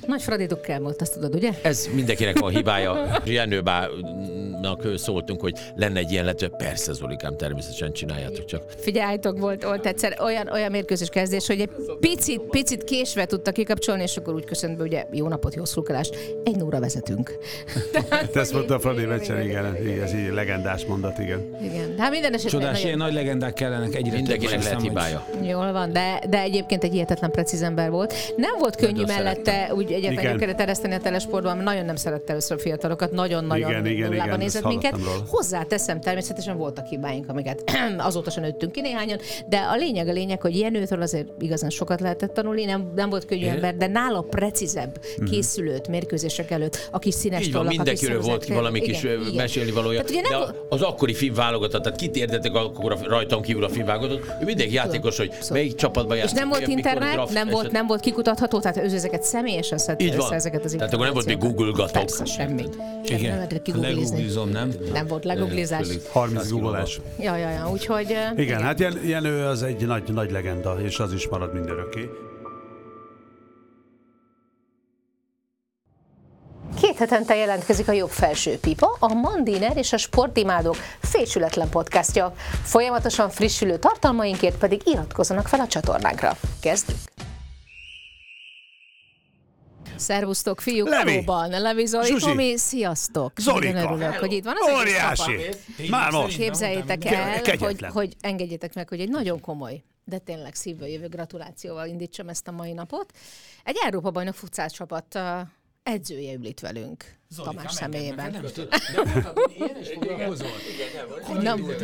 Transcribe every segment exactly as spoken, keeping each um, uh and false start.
Nagy Fradi Dukkel volt, azt tudod, ugye? Ez mindenkinek van hibája. Jenőbának szóltunk, hogy lenne egy ilyen lehető. Persze, Zolikám, természetesen csináljátok csak. Figyeljetok, volt, volt egyszer olyan, olyan mérkőzés kezdés, hogy egy picit, picit késve tudta kikapcsolni, és akkor úgy köszönt be, ugye, jó napot, jó szurkolást, egy nóra vezetünk. Te ezt mondta a Fradi meccsen, igen, ez így legendás mondat, igen. Igen, de hát minden esetben Csodás, nagyon... ilyen nagy legendák kellenek egyre. Mindenkinek lehet hibája. Jól van, de, de egyébként egy hihetetlen precíz ember volt. Nem volt könnyű Nagyon mellette szerettem. úgy egyáltalán gyökeret ereszteni a telesportban, mert nagyon nem szerette először a fiatalokat, nagyon-nagyon Igen, igen, nullában igen, nézett ezt minket. hallottam róla. Hozzáteszem, természetesen voltak hibáink, amiket azóta sem nőttünk ki néhányan, de a lényeg a lényeg, hogy Jenőtől azért igazán sokat lehetett tanulni, nem, nem volt könnyű ember, de nála precízebb készülőt mérkőzések előtt, a kis színes Így van, tollak, a kis mindenkiről volt szervezetkkel. valami kis Igen, igen. mesélni valója. Tehát ugye De nem a- volt- az akkori film válogatott, tehát kit érdetek akkor a- rajtam kívül a film válogatott, ő mindenki játékos, hogy Szóval. melyik csapatban És játszik. nem volt mikor internet, draft nem volt, eset. nem volt kikutatható, tehát ő ezeket személyesen szedte Így össze van. ezeket az Tehát akkor nem volt még információkat. Google-gatok. Persze, semmi. Semmi nem lehetett kiguglizni. Legooglizom, nem? Nem volt legooglizás. harminc googolás. Ja, ja, ja, úgyhogy... uh, Igen, hát Jen- Jenő az egy nagy, nagy legenda, és az is marad mindörökké. Két hetente jelentkezik a Jobb Felső Pipa, a Mandiner és a Sportimádók fésületlen podcastja. Folyamatosan frissülő tartalmainkért pedig iratkozzanak fel a csatornánkra. Kezdjük! Szervusztok, fiúk, Levi. valóban. Levi, Zoli, Zsuzsi. Tomi, sziasztok! Zolika. Nagyon örülök, hogy itt van. Az egész csapat. Óriási! Már most! Képzeljétek el, hogy, Kegyetlen. hogy engedjétek meg, hogy egy nagyon komoly, de tényleg szívből jövő gratulációval indítsam ezt a mai napot. Egy Európa-bajnok futszál csapat uh, edzője ül itt velünk, Tamás személyében. Nem tudom, de mondtad, hogy ilyen is foglalkozol? Nem, miért?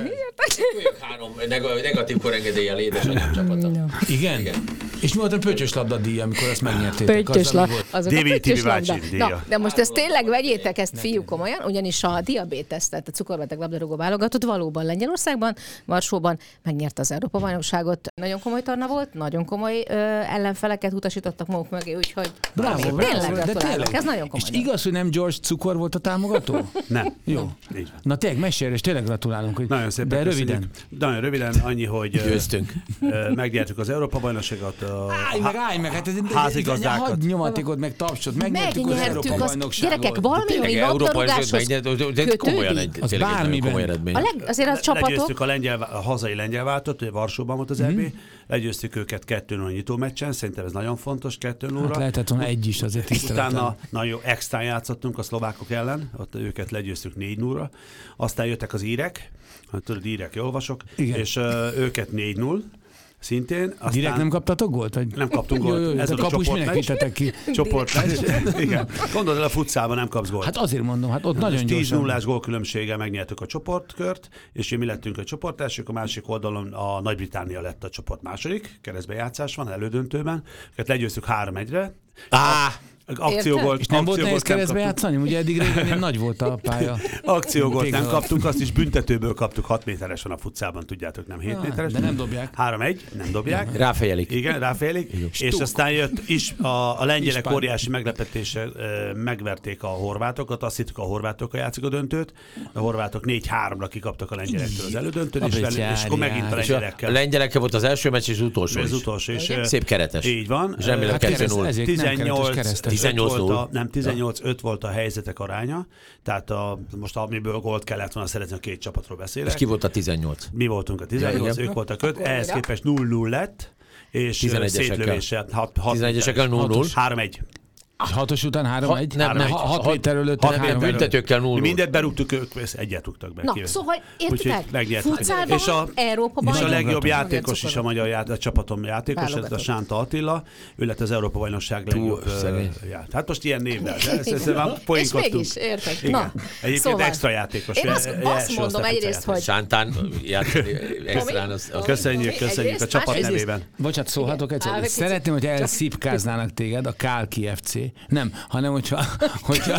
Három neg- negatív korengedéllyel édesanyám csapata. Igen? És mi volt a pöttyös labda díj, amikor azt megnyertétek? Pöttyös Azzal mi labda. volt? Azok a dé vé té pöttyös bácsi labda. díja. Na, de most ezt tényleg vegyétek ezt fiúk komolyan, ugyanis a diabétesz, tehát a cukorbeteg labdarúgó válogatott valóban Lengyelországban, Varsóban megnyerte az Európa-bajnokságot. Nagyon komoly torna volt, nagyon komoly ö, ellenfeleket utasítottak maguk mögé, úgyhogy Bravo, tényleg bravo, de gratulálok. tényleg. Ez nagyon komoly. És igaz, hogy nem George Cukor volt a támogató? Nem. Jó. Így van. Na tényleg, mesélj, és tényleg gratulálunk. Hogy Nagyon szépen de köszönjük. röviden. Nagyon röviden, annyi, hogy ö, Győztünk. ö, megnyertük az Európa-bajnokságot. ö, Állj meg, állj meg, hát ez házigazdákat. hadd nyomatékod meg tapsot, megnyertük az Megnyertük azt, Európa-bajnokságot. gyerekek, valami, ami Tényleg Európa labdarúgáshoz de komolyan egy, kötődik. Az tényleg egy nagyon bármiben. komoly eredmény. A leg, azért a csapatok... Legyőztük a, lengyel, a hazai lengyel váltot, ugye Varsóban volt az é bé, legyőztük őket kettő nulla nyitó meccsen, szerintem ez nagyon fontos, kettő nulla. Hát lehetett volna egy is azért tiszteletem. Utána nagyon jó extrán játszottunk a szlovákok ellen, ott őket legyőztük négy nulla. Aztán jöttek az írek, hát tudod, írek, olvasok, Igen. és uh, őket négy null szintén. Aztán Direkt nem kaptatok gólt? Vagy? nem kaptunk Jó, jó, gólt. jó, Ez de volt a kapus minek csoportmeccs. vittetek ki? Csoportmeccs. Igen. Gondold el, a futszálban nem kapsz gólt. Hát azért mondom, hát ott nagyon tíz gyorsan. nullás gólkülönbséggel megnyertük a csoportkört, és mi lettünk a csoportelsők, a másik oldalon a Nagy-Britannia lett a csoport második, keresztbejátszás van elődöntőben, őket legyőztük három egyre. Á, Akciógolt, És nem volt nehéz akciógolt nem keresztbe kaptunk. játszani? Ugye eddig régen ilyen nagy volt a pálya. Akciógolt nem Tégla. kaptunk, azt is büntetőből kaptuk, hat méteres van a futszában, tudjátok, nem hét Ah, méteres. de nem dobják. három egy, nem dobják. ráfejelik. Igen, ráfélik, és aztán jött is a, a lengyelek Ispán. óriási meglepetése, megverték a horvátokat, azt hittük a horvátokkal játszik a döntőt, a horvátok négy háromra kikaptak a lengyelektől az elődöntőt, és, velük, és akkor megint a És a lengyelekkel. lengyelekkel volt az első meccs, és az utolsó Az is. utolsó, és Szép keretes. így van. És remélem Hát kettő kereszt- null. ezért nem keretes, tizennyolc, keresztes. tizennyolc öt volt a, null. nem, tizennyolc öt volt a helyzetek aránya, tehát a, most amiből gólt kellett volna szerezni, a két csapatról beszélek. És ki volt a tizennyolc? Mi voltunk a tizennyolc, Ja, ők voltak öt, Akkor ehhez újra. képest nulla nulla lett, és tizenegyesekkel. szétlövéssel, hat, hat tizenegyesekkel nulla null. három egy. És hatos után három egy? nem, nem, Ha- hat hat- méter előtt hat három méter egy. büntetőkkel nulla Mi null. mindent berúgtuk, ők egyet rúgtak be. Na, Kívül. szóval Úgyhogy értitek? megnyertük. Futszálban És a, Európa és a bajnok. legjobb Magyar játékos is a magyar ját, a csapatom játékos, ez a Válogatott. Sánta Attila, ő lett az Európa-bajnokság legjobb. szegény. ö, ját. Hát most ilyen névvel, de ezt, ezt már És poénkodtunk. mégis, érted? Igen. Na, Egyébként szóval. extra játékos. Én azt, ö, azt első mondom osztályú egyrészt, játékos. hogy... Sántán játszik extrán. az- az- Köszönjük, köszönjük a Egyrészt, csapat másrészt- nevében. Bocsát, szólhatok egyszer? Á, Szeretném, hogy elszipkáznának téged a Kálki ef cé. Nem, hanem hogyha, hogyha,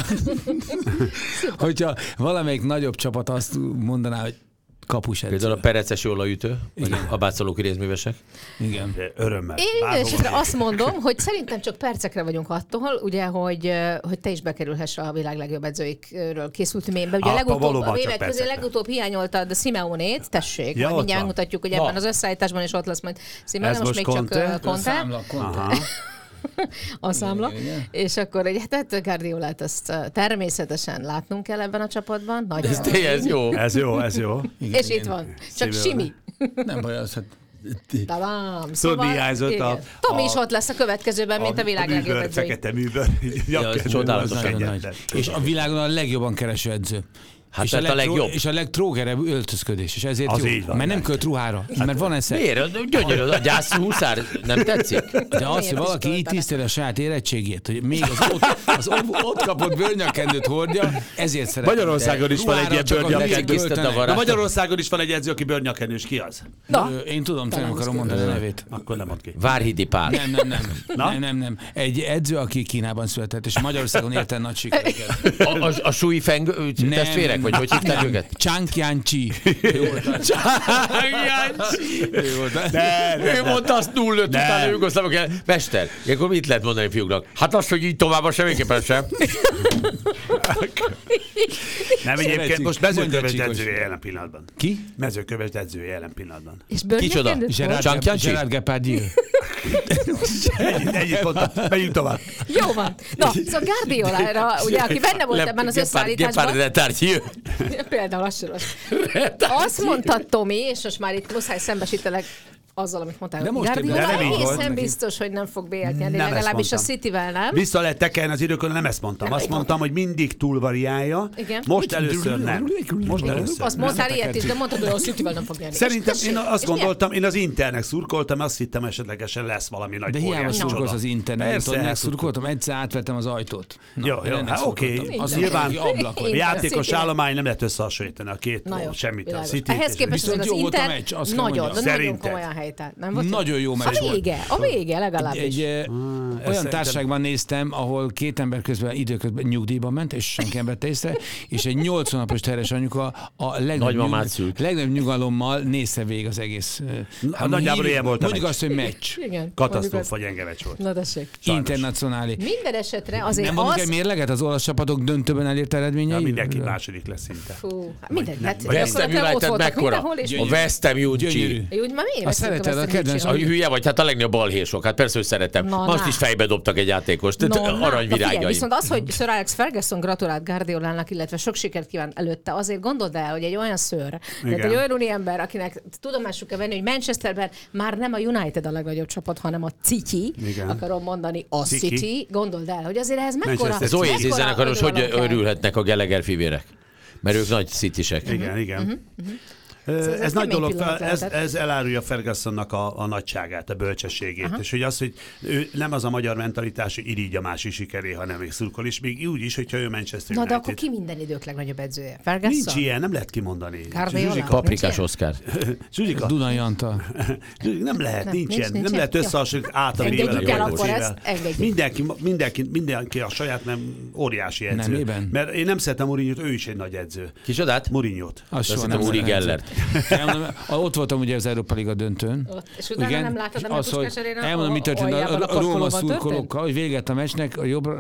hogyha valamelyik nagyobb csapat azt mondaná, hogy kapus edző. Például a pereces olajütő, vagy a bácsolóki részművesek. Igen. De örömmel. Én Bárhova minden esetre megyek. azt mondom, hogy szerintem csak percekre vagyunk attól, ugye, hogy, hogy te is bekerülhess a világ legjobb edzőikről készült mémbe. Ugye Ah, legutóbb, valóban a csak mémek közé percekre. legutóbb hiányoltad Simeonét, tessék, Ja, majd ott mindjárt van. mutatjuk, hogy Na. ebben az összeállításban is ott lesz majd Simeone, Ez most még most csak Conte? uh, Conte. Számla, Conte. Aha. a számla, és akkor egy hát Guardiolát azt természetesen látnunk kell ebben a csapatban. Nagy Ez, ez jó. Ez jó, ez jó. igen, és igen. Itt van. Csak Szívül. Simi. Nem baj, az hát... Talán. Szóval hiányzott a... Tomi is ott lesz a következőben, mint a világ legjobb műbőr, edzői. fekete műbőr. Ja, ez csodálatos. És a világon a legjobban kereső edző. Hát és, a, a legtró- legjobb. és a legtrógerebb öltözködés, és ezért Az jó. így van, mert nem meg. költ ruhára, mert van esze. Miért? Gyönyörű, a gyász húszár nem tetszik? De az, hogy valaki így tiszteli a saját érettségét, hogy még az ott, az ott, ott kapott bőrnyakendőt hordja, ezért szeretem. Magyarországon is van egy ilyen bőrnyakendő. Na, Magyarországon is van egy edző, aki bőrnyakendős. Ki az? Na. Én tudom, te nem akarom mondani a nevét. Akkor nem mond ki. Várhidi Pál. Nem, nem, nem. Na? Nem, nem, nem. Egy edző, aki Kínában született, és Magyarországon érte nagy sikereket. A, a, a Sui Feng testvérek, vagy hogy hívták őket? Chang Qianchi. De, de, Ő mondta azt nulla öt Nem. utána jugoszlávok el. Mester, akkor mit lehet mondani fiúknak? Hát azt, hogy így tovább semmiképpen sem. Nem, Szeret egyébként Csíkos. most mezőköves Mondja, Csíkos. edzője jelen pillanatban. Ki? Mezőköves edzője jelen pillanatban. És Kicsoda? bőrnyakendőt Gerard- hord? Gerard, Chang Qianchi? Gerard Depardieu. Ennyit, ennyit mondtam. Menjünk tovább. Jó van. Na, szóval Guardiolára, ugye, aki benne volt ebben az összeállításban. Gepard Retardieu. Például az soros. Azt mondta Tomi, és most már itt muszáj szembesítelek azzal, amit mondtál. De most Guardiola de nem így volt egészen neki. biztos, hogy nem fog bé el-t nyerni, Nem ezt legalábbis a mondtam. Cityvel nem. Vissza lehet tekerni az időkön, nem ezt mondtam. Azt mondtam, hogy mindig túlvariálja. Igen. Most először nem. Most először Azt nem. mondtál ilyet is, de mondtad, hogy a Cityvel nem fog nyerni. Szerintem És én tessék, azt és gondoltam, én az Internek szurkoltam, azt hittem esetlegesen lesz valami nagy De hiába óriási szurkolsz csoda. az interneten, Persze, tudod, hát megszurkoltam, egyszer átvettem az ajtót. Na, Jó, én jó, ennek hát oké. szurkoltam. Az Igen. nyilván Ablakon. Igen. játékos City. állomány nem lehet összehasonlítani a két Na jó, semmit. A világos. City Ehhez képest Viszont az jó volt a Inter meccs, azt kell nagyon, mondjam. de nagyon Szerinted? komolyan helytált. Nem volt? Nagyon jó meccs A volt. vége, a vége legalábbis. Egy, egy Ah, olyan szerintem- társaságban néztem, ahol két ember közben időközben nyugdíjban ment, és senki nem vette észre, és egy nyolcvan napos terhes anyuka a legnagyobb, Nagymamát nyug, szült. legnagyobb nyugalommal nézte végig az egész. Na, nagyjából ilyen volt a Mondjuk meccs. azt, hogy meccs. Igen. Katasztrófa gyenge meccs volt. Na tessék. Internacionális. Minden esetre azért Nem mondjuk az... egy mérleget az olasz csapatok döntőben elért Na, eredményei? mindenki második lesz szinte. Fú, hát mindegy, nem, hát vagy West Ham gyakorlatilag ott United voltak mekkora? mindenhol, és A West Ham Gyönyörű. United. úgy már miért Azt veszünk szereted, a kedvenc- A hülye vagy, hát a legnagyobb balhésok. Hát persze, hogy szeretem. Na, Most na. is fejbe dobtak egy játékost. No, na, na, figyelj, Aranyvirágjaim. viszont az, hogy Sir Alex Ferguson gratulált Guardiolának, illetve sok sikert kíván előtte, azért gondold el, hogy egy olyan szőr, tehát egy olyan úriember, akinek tudomásuk kell venni, hogy Manchesterben már nem a United a legnagyobb csapat, hanem a City, Igen. akarom mondani, a City. City, gondold el, hogy azért ez mekkora... Manchester Ez Oasis mekkora zenekaros, hogy öröm kell. örülhetnek a Gallagher fivérek? Mert ők nagy citisek. Igen, igen. Mhm, Ö, ez Ez nagy kemény dolog, pillanat ez, lehetett. ez elárulja Fergusonnak a, a nagyságát, a bölcsességét, Aha. és hogy az, hogy ő nem az a magyar mentalitás, hogy irigy a másik sikeré, hanem még szurkol is, még úgy is, hogyha ő Manchester Na de United. akkor ki minden idők legnagyobb edzője? Ferguson? Nincs ilyen, nem lehet kimondani. Guardiola? Zsuzsika, Paprikás Nincs Oszkár. Zsuzsika, Dunai Antal. nem lehet, Nem, nincs, nincs, ilyen, nincs nem ilyen. lehet összehasonlítani átadni Engedjük vele el a akkor kocsivel. ezt, engedjük. Mindenki, mindenki, mindenki a saját nem óriási edző. Nemében? Mert én nem szeretem Mourinho-t, ő is egy nagy edző. Kicsodát? Mourinho-t. Az soha Azt hittem Uri szeretem. Gellert. Elmondom, ott voltam ugye az Európa Liga döntőn. Ott. És utána nem láttad, és amit az, hogy Puskás Aréna elmondom, mi történt aljában a, a a Róma parkolóban szurkolókkal, hogy véget a meccsnek, a jobbra...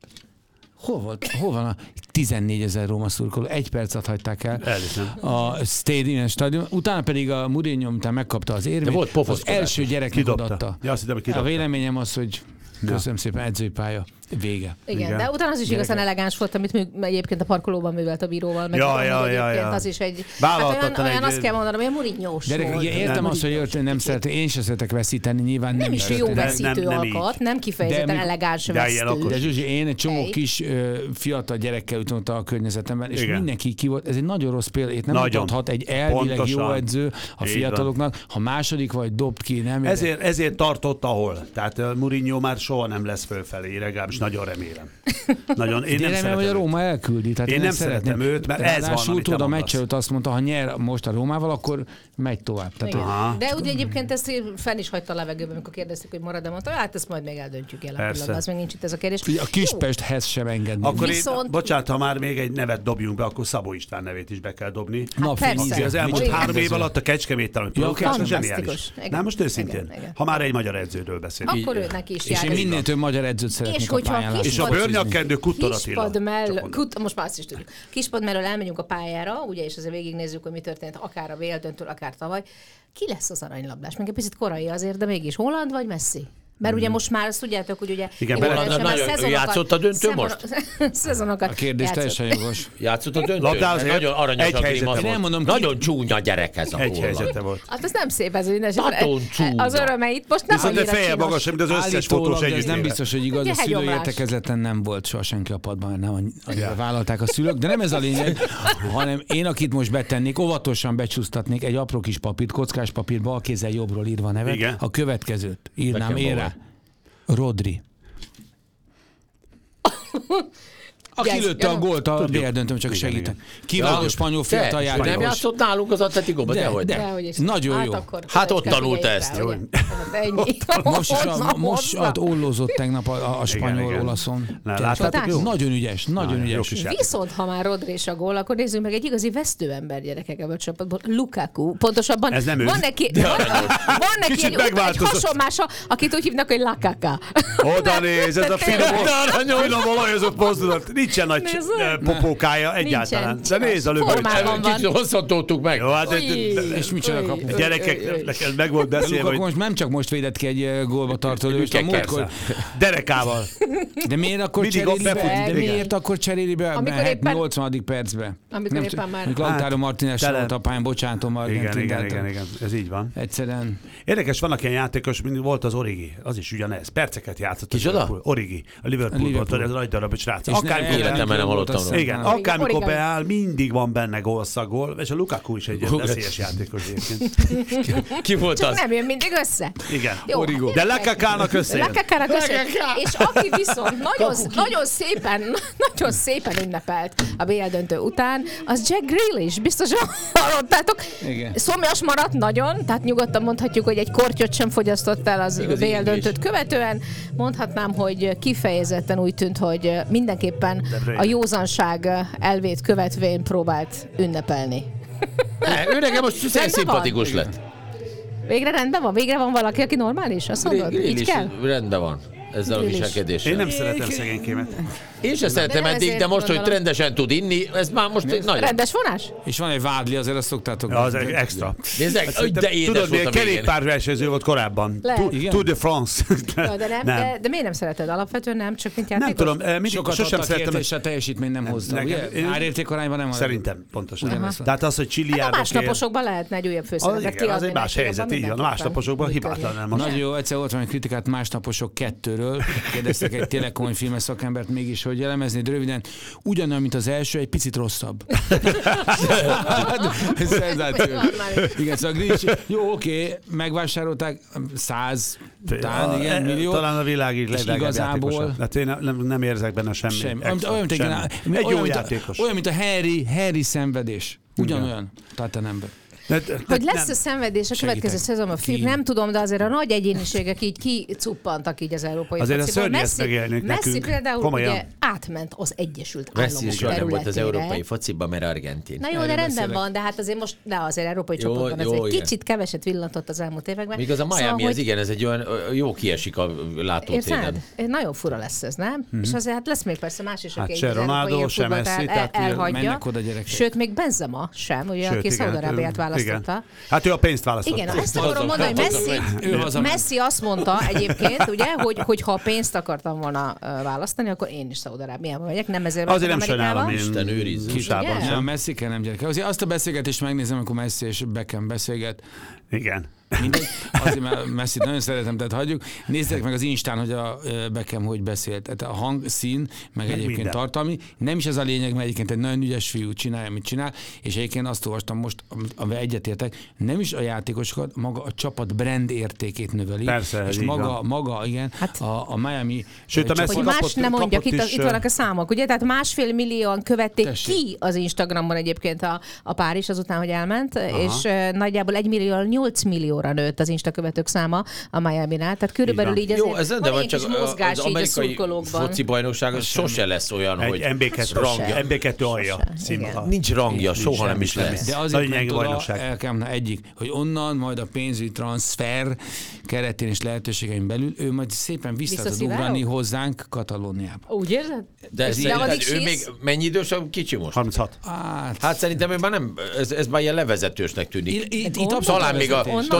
Hol volt? Hol van a tizennégyezer Róma szurkoló? Egy percet hagyták el. Elhiszem. A Stadium stadion. Utána pedig a Mourinho, után megkapta az érvét. De volt az pofozkodás. első gyereknek Kidobta. odaadta. Ja, azt hittem, hogy A kidobta. véleményem az, hogy köszönöm szépen, edzői pálya. Vége. Igen, Igen. de utána az is Gyerekek. igazán elegáns volt, amit mű, egyébként a parkolóban művelt a bíróval. Meg Ja, tudom, ja, hogy ja, egyébként ja. az is egy... Vállaltatlan Hát olyan, olyan egy- azt kell mondanom, hogy a Mourinho-s Gyerek, volt. ugye értem Nem. azt, hogy őt nem szeretek, én sem szeretek veszíteni, nyilván nem, Nem is jó történik. veszítő Nem- nem így. alkat, nem kifejezetten De mikor- elegáns De ilyen vesztő. okos. De Zsuzsi, én egy csomó Hey. kis ö, fiatal gyerekkel ültem a környezetemben, és Igen. mindenki ki volt, ez egy nagyon rossz példa, itt nem Nagyon. mutathat egy elvileg Pontosan. jó edző a Így fiataloknak, ha második vagy dobt ki, nem? Ezért, ezért tartott ahol. Tehát uh, Mourinho már soha nem lesz fölfelé, legalábbis nagyon remélem. Nagyon, én Én nem remélem, hogy a szeretem őt. Róma elküldi. Tehát Én én, nem ezt szeretem szeretném. őt, mert ez van, Ráadásul amit te tudod, a mondasz. meccs előtt azt mondta, ha nyer most a Rómával, akkor megy tovább. Tehát Igen. Aha. De ugye egyébként ezt fenn is hagyta a levegőben, amikor kérdeztük, hogy marad-e, mondta, hát ezt majd még eldöntjük el. Persze. Pillanatban, az még nincs itt ez a kérdés. a Kispesthez sem engedni. Akkor Viszont- én, bocsánat, ha már még egy nevet dobjunk be, akkor Szabó István nevét is be kell dobni. Napfény persze. Aki az elmúlt Igen. három év alatt a Kecskeméten, Ja, hogy oké. zseniális. Fantasztikus. Igen. Nem, most őszintén. Igen, igen. Ha már egy magyar edzőről beszélünk. Akkor őnek is És jár. én minél több magyar edzőt És szeretnék a hogyha pályán látni. És a Kispad- bőrnyakkendő Kuttor Attila. Kispad mellől, Csak mondom. kut, most már azt is tudjuk. Kispad mellől elmegyünk a pályára, ugye, és azért végignézzük, hogy mi történt, akár a vé el döntől, akár tavaly. Ki lesz az aranylabdás? Még egy picit korai azért, de mégis Holland vagy Messi? Mert ugye most már azt tudjátok, hogy ugye... Igen, igen, bele- már nagyon- szezonokat- játszott a döntő szemon- most? Szezonokat A kérdés játszott. teljesen jogos. Játszott a döntő? Labdához ért, Nagyon aranyos egy a helyzete grimasz volt. volt. Nem mondom, Nagyon csúnya gyerek ez a Egy góla. helyzete volt. Hát ez nem szép ez minden esetre. Nagyon csúnya. Az örömeit most nem Viszont egy annyira feje csinos. magasabb, mint az összes Állítólag, fotós de ez nem együttével. biztos, hogy igaz, Ugye a szülői hegyomlás. értekezleten nem volt soha senki a padban, mert nem annyira vállalták a szülők, de nem ez a lényeg, hanem én, akit most betennék, óvatosan becsúsztatnék egy apró kis papírt, kockás papír, bal kézzel jobbról írva a nevet, Igen. a következőt írnám Beckenbauer. én rá. Rodri. Aki Yes, lőtte a ja. gólt a Tudjuk. bé el döntőn, csak Igen, segítek. igen. Kiváló Ja, spanyol te, fiatal ő nem játékos. játszott nálunk az Atletikóban, De, dehogy. de. Dehogy is. Nagyon hát jó. Akkor Hát ott Fecske, tanulta figyeljük ezt. rá, Jó. ugye? Hát ennyi. Most is a, Hozza, most hozza. ott ollózott tegnap a, a Igen, spanyol igen. olaszon. Na, láttátok, jó? Nagyon ügyes, nagyon Nagyon jó ügyes. kis játék. Viszont, ha már Rodri és a gól, akkor nézzük meg egy igazi vesztőember gyerekek ebből a csapatból. Lukaku. Pontosabban Ez nem ő. van neki, van, van neki Kicsit egy, egy megváltozott. hasonmása, akit úgy hívnak, hogy Lakaka. Oda néz, ez a finom, aranyos. finom olajozott mozdulat. Nincsen nagy Nézd. eh, popókája egyáltalán. De nézd a lögőt. Formában van. Kicsit hosszantoltuk meg. Jó, hát de- Új. de- de- És micsoda kapu. Új. gyerekek, neked meg volt beszélve, Lukaku hogy most nem csak most védett ki egy eh, gólba tartó lövést, a Persze. múltkor. derekával. De miért akkor Mindig cseréli befut, be? De igen. miért akkor cseréli be? Amikor Mehet éppen- nyolcvadik percbe. Amikor Nem éppen t- már- amikor Lautaro Hát, Martínez tele- volt a pályán, bocsánatom, Igen, Argentin. igen, de igen, igen, ez így van. Egyszerűen. Érdekes, vannak ilyen játékos, mint volt az Origi, az is ugyanez. Perceket játszott. a Kicsoda? Liverpool. Origi, a Liverpoolból, Liverpool. tudod, ez nagy darab srác. És Akár ne- életemben nem jó volt, hallottam azt róla. igen, hiszem. akármikor Origami. beáll, mindig van benne gólszagol, és a Lukaku is egy ilyen Ugat. veszélyes játékos egyébként. Ki volt Csak az? nem jön mindig össze. Igen. Jó, Origo. De Lakakának összejön. Lakakának összejön. És aki viszont nagyon, nagyon szépen, nagyon szépen ünnepelt a bé el döntő után, az Jack Grealish. Biztosan hallottátok. Igen. Szomjas maradt nagyon, tehát nyugodtan mondhatjuk, hogy egy kortyot sem fogyasztott el az Igazi bé el English. döntőt követően. Mondhatnám, hogy kifejezetten úgy tűnt, hogy mindenképpen a józanság elvét követvén próbált ünnepelni. Ne, ő nekem most Rendben szimpatikus van? lett. Végre rendben van? Végre van valaki, aki normális? Azt mondod? Így Grill is kell? rendben van ezzel a Grill is. viselkedéssel. Én nem szeretem szegénykémet. Én se szeretem De nem eddig, de ezért most, hogy gondolom. rendesen tud inni, ez már most egy nagyon... Rendes vonás? És van egy vádli, azért azt szoktátok. Ja, az extra. Nézzek, hogy de édes Tudod, volt milyen a végén. kerékpárversenyző volt korábban. Lehet. Tour- Igen? Tour de France. Ja, de, nem, De, de miért nem szereted? Alapvetően nem, csak mint játékos? Nem tudom, eh, mindig, Sokat sosem adtak szerettem. érte, és a teljesítmény nem hozta. nekem- Ugye? én- Árértékarányban nem halad. Szerintem, pontosan. Ugyanezt van. Tehát az, hogy Hát a csilliárdokért... másnaposokban lehetne egy újabb Az, főszerepet igen, kiadni. az egy más neki, helyzet, abban így van. A mindenképpen másnaposokban működni. hibátlan nem most. Nagyon jó, egyszer volt valami kritikát Másnaposok kettőről. Kérdeztek egy tényleg komoly filmes szakembert mégis, hogy elemezni röviden. Ugyanolyan, mint az első, egy picit rosszabb. Szenzációs. Igen, szóval Grinch, jó, oké, megvásárolták száz, talán, igen, millió. Talán a világ így legdrágább igazából- játékosa. Hát én nem, nem érzek benne semmi. Semmi. extra, Olyan, mint, semmi. egy, Egy olyan, jó mint a, játékos. olyan, mint a Harry, Harry szenvedés. Ugyanolyan. Tehát a ember. De- de- Hogy lesz nem. a szenvedés a következő Segítek. szezonban, Filip, Ki? nem tudom, de azért a nagy egyéniségek így kicuppantak így az európai Azért a fociból. szörnyű ezt Messi, megélnék Messi nekünk. például Komolyan. ugye átment az Egyesült Messi Államok is nem volt az területére. európai fociban, mert argentin. Na jó, de Erről rendben beszélek. van, de hát azért most, de azért európai Jó, csoportban jó, ez egy igen. kicsit keveset villantott az elmúlt években. Míg az a Miami, Szóval, ez igen, ez egy olyan ö, jó kiesik a látótéren. Érted? Nagyon fura lesz ez, nem? Mm-hmm. És azért hát lesz még persze más is, Hát aki se az Ronaldo, európai se futballt Messi, el, tehát el, ugye elhagyja. mennek oda gyerekek. Sőt, még Benzema sem, ugye, Sőt, aki igen, Szaudarábiát ő- választotta. igen. Hát ő a pénzt választotta. Igen, ezt akarom mondani, hogy Messi, Ő haza- Messi azt mondta egyébként, ugye, hogy, hogy ha pénzt akartam volna ö, választani, akkor én is Szaudarábiába megyek, nem ezért Azért nem mentem sajnálom Amerikába. én. Isten őrizze. Kisában Ugye? Ja, sem. Messi kell, nem gyereke. Azért azt a beszélgetést megnézem, amikor Messi és Beckham beszélget. Igen. Mindegy. Azért, mert Messit nagyon szeretem, tehát hagyjuk. Nézzétek meg az Instán, hogy a ö, Beckham hogy beszélt. Tehát a hang, szín, meg egyébként minden. tartalmi. Nem is ez a lényeg, mert egyébként egy nagyon ügyes fiú csinálja, amit csinál, és egyébként azt olvastam most, amit- amivel egyetértek, nem is a játékosokat, maga a csapat brand értékét növeli. Persze, ez és így maga, van. maga, igen, Hát- a, a Miami Sőt, a ö, Messi Hogy kapott- más nem mondjak, kapott itt, is, itt vannak a számok, ugye? Tehát másfél millióan követték Tessék. ki az Instagramon egyébként a, a pár is azután, hogy elment, Aha. és uh, nagyjából egy millió, nyolc millióra nőtt az Insta követők száma a Miami-nál, tehát körülbelül Így így, van. azért Jó, ez rendben van, egy kis csak a- mozgás az így a amerikai szurkolókban. foci bajnokság az sose lesz olyan, Egy hogy em bé kettő rangja. em bé kettő alja Sose, színvonal. Nincs rangja, soha semmi, nem is semmi. lesz. De Nagyon azért ment gyenge oda, bajnokság. el kell mondani egyik, hogy onnan majd a pénzügyi transfer keretén és lehetőségeim belül ő majd szépen vissza tud Visszaszivárog? ugrani hozzánk Katalóniába. Úgy érzed? De ez De így, addig tehát ő sísz? még mennyi idős, a kicsi most? harminchat. Hát, Hát szerintem ő már nem, ez, ez már ilyen levezetősnek tűnik. itt, itt, itt Onnan? abszolút Talán még a Onnan? tudod,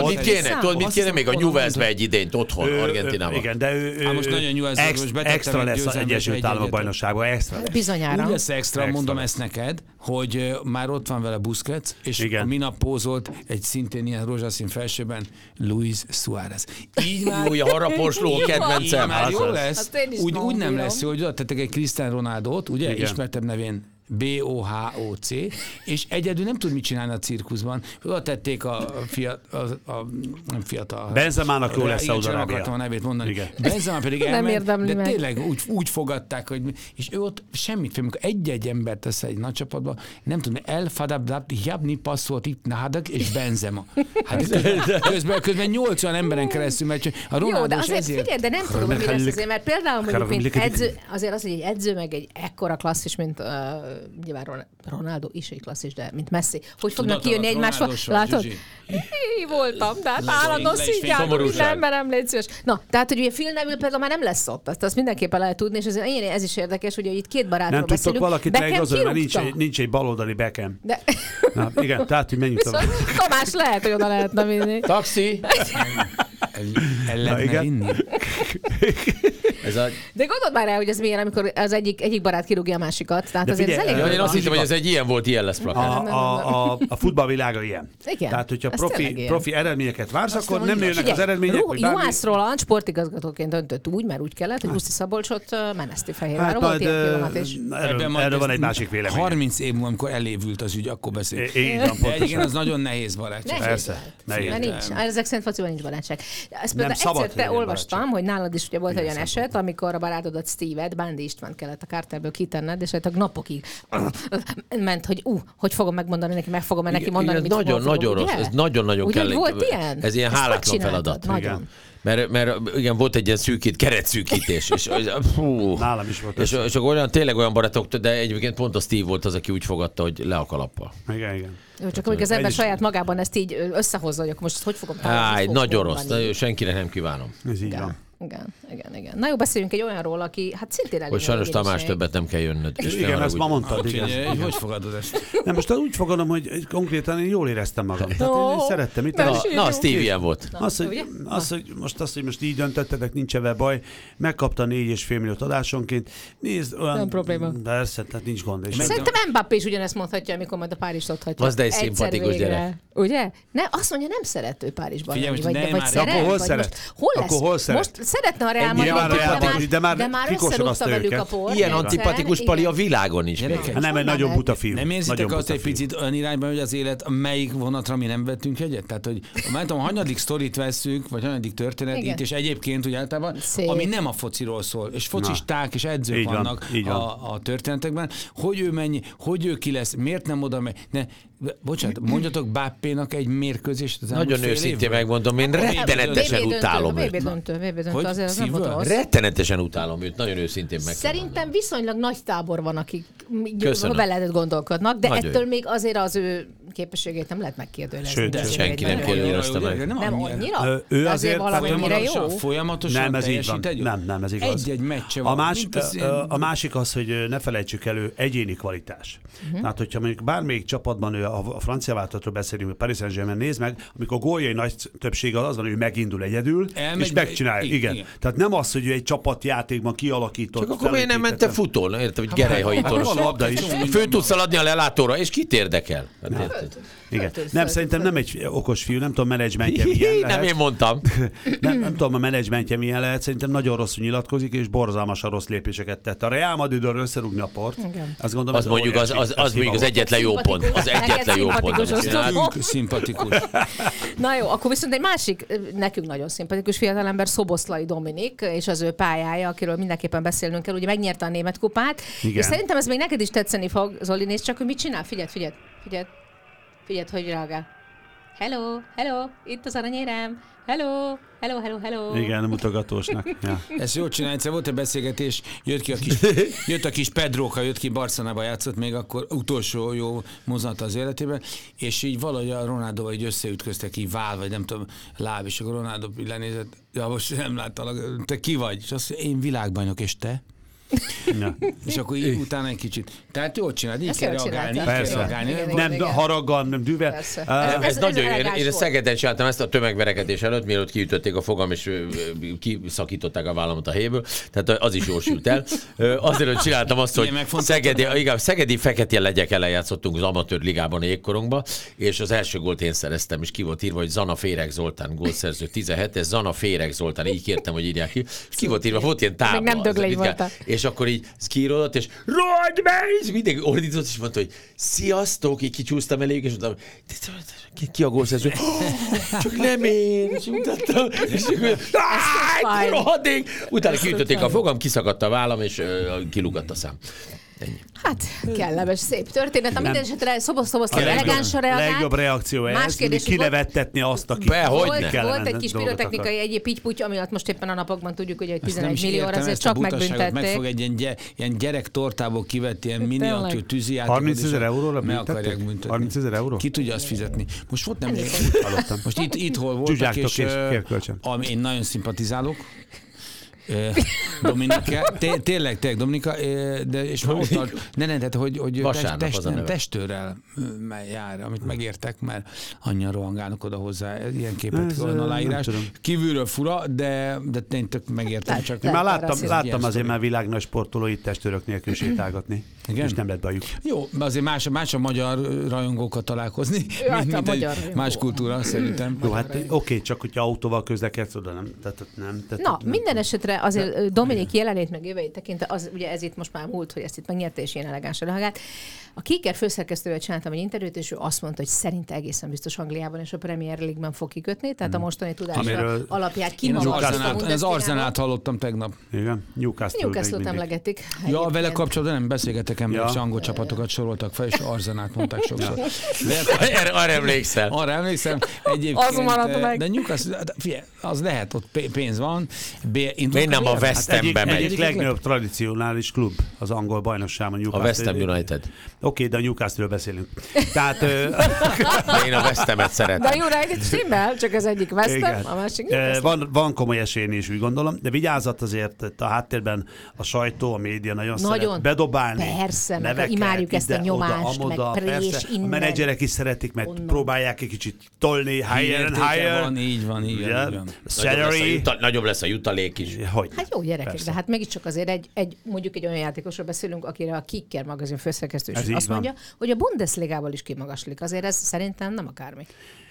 mit kéne? Tudod, mit kéne még a Newellsbe egy idényt otthon, Ő- Argentinában? Igen, de ő, ő, Há, most nagyon Newell's ex, most betettem extra egy lesz az győzelmet, Egyesült egy Államok egyet. bajnokságban, extra lesz. Bizonyára. Úgy lesz extra, Extra mondom lesz. ezt neked, hogy ö, már ott van vele Busquets, és Igen. a minap pózolt egy szintén ilyen rózsaszín felsőben Luis Suárez. Így már, Új, a harraporsló így kedvencem. már jó Az az. lesz. Azt én is Úgy, úgy nem mondom. lesz jó, hogy oda tettek egy Cristiano Ronaldot, ugye, Igen. ismertebb nevén B O H O C, és egyedül nem tud mit csinálni a cirkuszban. Oda tették a, fiat, a, a nem fiatal. Benzemának jó lesz Igen, csak Szaúd-Arábia. akartam a nevét mondani. Igen. Benzema pedig Nem elment, érdemli de meg. tényleg úgy, úgy fogadták, hogy és ő ott semmit fél, amikor egy-egy ember tesz egy nagy csapatba, nem tudom, El Fadab, Jabni passzolt itt Nahadak és Benzema. Hát közben, közben, közben nyolcvan emberen keresztül megy, a Jó, de Ronaldo is azért ezért. figyelj, de nem tudom, hogy mi lesz azért, mert például mondjuk, mint edző, azért az, hogy egy edző, meg egy ekkora klasszis, mint uh, nyilván Ron- Ronaldo is egy klasszis, de mint Messi, hogy fognak kijönni egymásba, Ronaldos vagy, látod? Zsuzsi. Így voltam, tehát Le is állandó fény- le is szívjálom, fénykomorúság. minden emberem, légy szíves. Na, tehát, hogy ugye Phil Neville például már nem lesz ott, azt, azt mindenképpen lehet tudni, és ez, én, ez is érdekes, hogy itt két barátról Nem tudtok beszélünk. valakit Beckham leigazolni, mert nincs, kirúgta. egy- nincs egy baloldali Beckham. De Na, igen, tehát, hogy menjünk viszont tovább. Tamás lehet, hogy oda lehetne vinni. Taxi! El, el lehetne igen. inni? Ez a... De gondold már el, hogy ez milyen, amikor az egyik, egyik barát kirúgja a másikat. Tehát De azért ez figyelj, elég Ja, én durva. azt hittem, hogy ez egy ilyen volt, ilyen lesz plakát. A, a, a, a futballvilága ilyen. Igen, Tehát, hogyha ez tényleg profi, ilyen. profi eredményeket vársz, Azt akkor mondom, nem hogy jönnek az figyelj, eredmények, Ru- hogy bármi... Juhász Roland sportigazgatóként döntött úgy, mert úgy kellett, hogy Huszti Szabolcsot uh, meneszti-Fehérváron. Hát Volt majd, ilyen ö, pillanat is. erről, majd erről van ezt egy másik vélemény. harminc év múlva, amikor elévült az ügy, akkor beszélünk. Így van, De egyébként pontosan. az nagyon nehéz barátság. Nehéz Persze, lehet. nehéz. Mert nincs. Ezek szerint fociban nincs barátság. Ezt Nem például szabad, egyszer te hogy legyen olvastam, barátság. hogy nálad is ugye volt egy Igen, olyan szabad. eset, amikor a barátodat Steve-et, Bándi Istvánt kellett a kárterből kitenned, és hát napokig ment, hogy ú, hogy fogom megmondani neki, meg fogom neki mondani, Igen, mit nagyon, hol fogok, nagyon rossz, ugye? ez nagyon-nagyon Ugye, kell. volt ilyen? Ez ilyen Ezt hogy hálátlan csináltad? feladat. Nagyon. Mert, mert igen, volt egy ilyen szűkít, keretszűkítés, és, hú, Nálam is volt és, ez. és akkor olyan, tényleg olyan barátok, de egyébként pont a Steve volt az, aki úgy fogadta, hogy le a kalappal. Igen, igen. Jó, csak amikor az ember Egy is- saját magában ezt így ö, összehozza, hogy akkor most ezt hogy fogom találni, Áj, hogy fogok nagyon mondani. rossz, nagyon, senkinek nem kívánom. Ez így Igen, van. igen, igen, igen. Na jó, beszéljünk egy olyanról, aki hát szintén elég Hogy sajnos nagy Tamás egyéniség. többet nem kell jönnöd. És Igen, nem ezt ma haragudj. mondtad, igen. Úgyhogy, hogy fogadod ezt? Nem, most úgy fogadom, hogy konkrétan én jól éreztem magam. Tehát én, én Ó, szerettem. Itt mert Na, sírjunk. na, Steve ilyen volt. Az, hogy, ugye? az, hogy most azt, hogy most így döntöttetek, nincs ebben baj, megkapta négy és fél milliót adásonként. Nézd, olyan... Nem probléma. Persze, tehát nincs gond. És Szerintem Mbappé is ugyanezt mondhatja, amikor majd a Párizst otthatja. Az de egy Egyszer szimpatikus végre. gyerek. Ugye? Ne, azt mondja, nem szeret ő Párizsban Figyelj, lenni, most vagy, ne vagy már- szeret, Akkor hol vagy szeret? Most, hol lesz? Akkor hol szeret? Most szeretne a Real Egy Madrid, nyilván a de Real már, Madrid, de már de már kikosorozta összerúgta velük a őket. port. Ilyen egyszer, antipatikus igen. pali a világon is. Gyerekek, Hát nem egy honnan nagyon lehet? buta fiú. Nem érzitek Nagyon azt buta egy fiú. picit olyan irányban, hogy az élet melyik vonatra mi nem vettünk egyet? Tehát, hogy nem tudom, hanyadik sztorit vesszük, vagy hanyadik történet Igen. itt, és egyébként úgy általában, Szép. ami nem a fociról szól, és focisták és edzők Így van, vannak így van. a, a történetekben, hogy ő mennyi, hogy ő ki lesz, miért nem oda megy. Ne, bocsánat, mondjatok Bappénak egy mérkőzést az elmúlt Nagyon fél őszintén évben? megmondom, én rettenetesen vé bé utálom döntő, őt. vé bé döntő, vé bé döntő, Hogy? azért az nem Szívből? volt rossz. Rettenetesen utálom őt, nagyon őszintén meg. kell Szerintem viszonylag nagy tábor van, akik Köszönöm. vele gondolkodnak, de Nagyon ettől jó. még azért az ő képességét nem lehet megkérdőjelezni. Sőt, Azért senki egy nem nagyon jó- kérdőjelezte Ugye, meg. Nem, Nem annyira. annyira? Ö, ő De azért- valamennyire jó. Folyamatosan, folyamatosan Nem, ez így teljesít van. egy- Nem, nem, ez igaz. Egy-egy meccse A, van. más, Mint az a, ilyen- a másik az, hogy ne felejtsük elő egyéni kvalitás. Uh-huh. Tehát, hogyha mondjuk bármelyik csapatban, ő, a, a francia váltatról beszélünk, a Paris Saint-Germain, nézd meg, amikor góljai nagy többsége az van, hogy ő megindul egyedül, Elmegy, és megcsinálja. igen, Igen, igen. Tehát nem az, hogy ő egy csapatjátékban kialakított. Csak akkor miért nem mente felépített- futón? Érted, hogy gerelyhajítóra. Hát, labda is. Fő tudsz szaladni a lelátóra, és kit érdekel? Hát, érted? Igen. Nem, szerintem nem egy okos fiú, nem tudom, menedzsmentje milyen Hí, lehet. nem én mondtam. Nem, nem tudom, a menedzsmentje milyen lehet, szerintem nagyon rosszul nyilatkozik, és borzalmasan rossz lépéseket tett. A Real Madridról összerúgni a port. Igen. Azt gondolom, Az ez mondjuk az, óriási. az, az mondjuk az hiba egyetlen jó pont. Az egyetlen jó pont. Neked amit csinál. szimpatikus, Nekünk szimpatikus. Na jó, akkor viszont egy másik, nekünk nagyon szimpatikus fiatalember, Szoboszlai Dominik, és az ő pályája, akiről mindenképpen beszélnünk kell, ugye megnyerte a német kupát. Igen. És szerintem ez még neked is tetszeni fog, Zoli, nézd csak, hogy mit csinál. Figyeld, figyeld, figyeld, figyeld, hogy reagál. Hello, hello, itt az aranyérem. Hello, hello, hello, hello. Igen, mutogatósnak. Ja. Ezt jól csinálj, egyszer volt egy beszélgetés, jött ki a kis, jött a kis Pedróka, jött ki Barcelonába játszott még akkor utolsó jó mozzanata az életében, és így valahogy a Ronaldoval így összeütköztek, így vál, vagy nem tudom, láb, és akkor Ronaldo így lenézett, ja most nem láttalak, te ki vagy? És azt mondja, én világbajnok, és te? Ja. És akkor így utána egy kicsit. Tehát jól csinálod, így Ezt kell jól reagálni, így csináltad. kell Persze. reagálni. Igen, Nem igen. haraggal, nem düvel. Persze. Uh, Ez- Ez, ez nagyon jó. Én, elegáns én a volt. Szegeden csináltam ezt a tömegverekedés előtt, mielőtt kiütötték a fogam, és ö, ö, kiszakították a vállamat a helyből. Tehát az is jól sült el. Ö, Azért, hogy csináltam azt, hogy Igen, megfontoltad Szegedi, el. igen, Szegedi fekete legyek ellen játszottunk az amatőr ligában a jégkorongban, és az első gólt én szereztem, és ki volt írva, hogy Zana Féreg Zoltán gólszerző tizenhetes, Zana Féreg Zoltán, így kértem, hogy írják ki. És ki volt írva, volt ilyen tábla. Még nem az- Döglei mit kell- voltál. És akkor így kiírodott, és rold meg! És mindenki ordított, és mondta, hogy sziasztok, így kicsúsztam eléjük, és mondtam, ki, ki a gólszerző? Oh, csak nem én, és mutattam, és akkor, áj, fáj. rohadék! Utána Ez tud kiütötték a fájni. fogam, kiszakadt a vállam, és ö, kilugadt a szám. Ennyi. Hát, kellemes, szép történet. A minden esetre szobosz-szobosz, A legjobb- elegánsra reagált. legjobb reakció Más ez, kérdés, mindig hogy volt- kinevettetni azt, aki Be, hogy Volt, ne. volt egy kis dolgot pirotechnikai akar. egyéb pitty amiatt most éppen a napokban tudjuk, hogy egy Ezt nem is tizenegy millióra értem, azért ezt a csak butaságot. Meg megbüntették. fog egy ilyen, gy- ilyen gyerek tortából kivett ilyen miniatűr Tényleg. tűzijátékot. harmincezer és euróra meg akarják büntették? büntetni. harmincezer euró? Ki tudja azt fizetni? Most volt nem Hallottam. Most itt, itt hol voltak, Zsuzsáktok és, és ö, kér kölcsön. ami én nagyon szimpatizálok, Ö, Dominika, té- tényleg, tényleg Dominika, ö, de és már ott tart, ne, ne, tehát, hogy, hogy Vasárnap test, az a nem, neve. testőrrel ö, jár, amit megértek, mert annyian rohangálnak oda hozzá, ilyen képet, Ez, olyan ö, aláírás. nem tudom. Kívülről fura, de, de én tök megértem, csak Én már Lehet, láttam, rasszizmus. láttam Ilyen azért sztori. már világnagy sportolói testőrök nélkül sétálgatni. Igen? És nem lett bajuk. jó, de azért más, más a magyar rajongókat találkozni, Hát, mint, a mint egy magyar rajongó. más kultúra szerintem. Jó, hát oké, csak hogyha autóval közlekedsz oda, nem. Tehát nem. Tehát Na, nem. minden esetre azért Dominik jelenét meg jövőjét tekintve, az ugye ez itt most már múlt, hogy ezt itt megnyerte, és ilyen elegánsan reagált. A Kicker főszerkesztővel csináltam egy interjút, és ő azt mondta, hogy szerinte egészen biztos Angliában és a Premier League-ben fog kikötni, tehát a mostani tudásra Amiről- alapján Én az kimagaslt a Arzenát, az Bundesligában. Arzenát hallottam tegnap. Igen, Newcastle. Newcastle-t még mindig. emlegetik. Ja, vele Egyébként. kapcsolatban nem beszélgetek, emberek, Ja. és angol csapatokat soroltak fel, és Arzenát mondták sokszor. De Erre, arra emlékszel. arra emlékszem, egyébként, Az maradt meg. de Newcastle, hát figyelj, az lehet, ott pé- pénz van. B, én Miért nem a West Hát egyik, Hambe egyik megy? legnagyobb tradicionális klub az angol bajnokságban. A Newcastle. West Ham United. Oké, de a Newcastle-ről beszélünk. Tehát... ö, De én a West Hamet De szeretem. a United stimmel, csak az egyik West Ham, Igen. a másik Ö, Newcastle. Van, van komoly esélyén is, úgy gondolom, de vigyázzat azért itt a háttérben a sajtó, a média nagyon, Nagyon. szeret bedobálni. Persze, meg neveket, imádjuk ezt a ide, nyomást, oda, meg amoda, prés, persze. innen. A menedzserek is szeretik, mert Onnan. próbálják egy kicsit tolni, higher and Értéke higher. van, így van, így Ugye? van, így van. Nagyobb lesz, a Salary. juta, nagyobb lesz a jutalék is. Hogy? Hát jó gyerekek, Persze. de hát mégiscsak azért egy, egy, mondjuk egy olyan játékosról beszélünk, akire a Kicker magazin főszerkesztő Ez is így azt van. mondja, hogy a Bundesligával is kimagaslik. Azért ez szerintem nem akármi.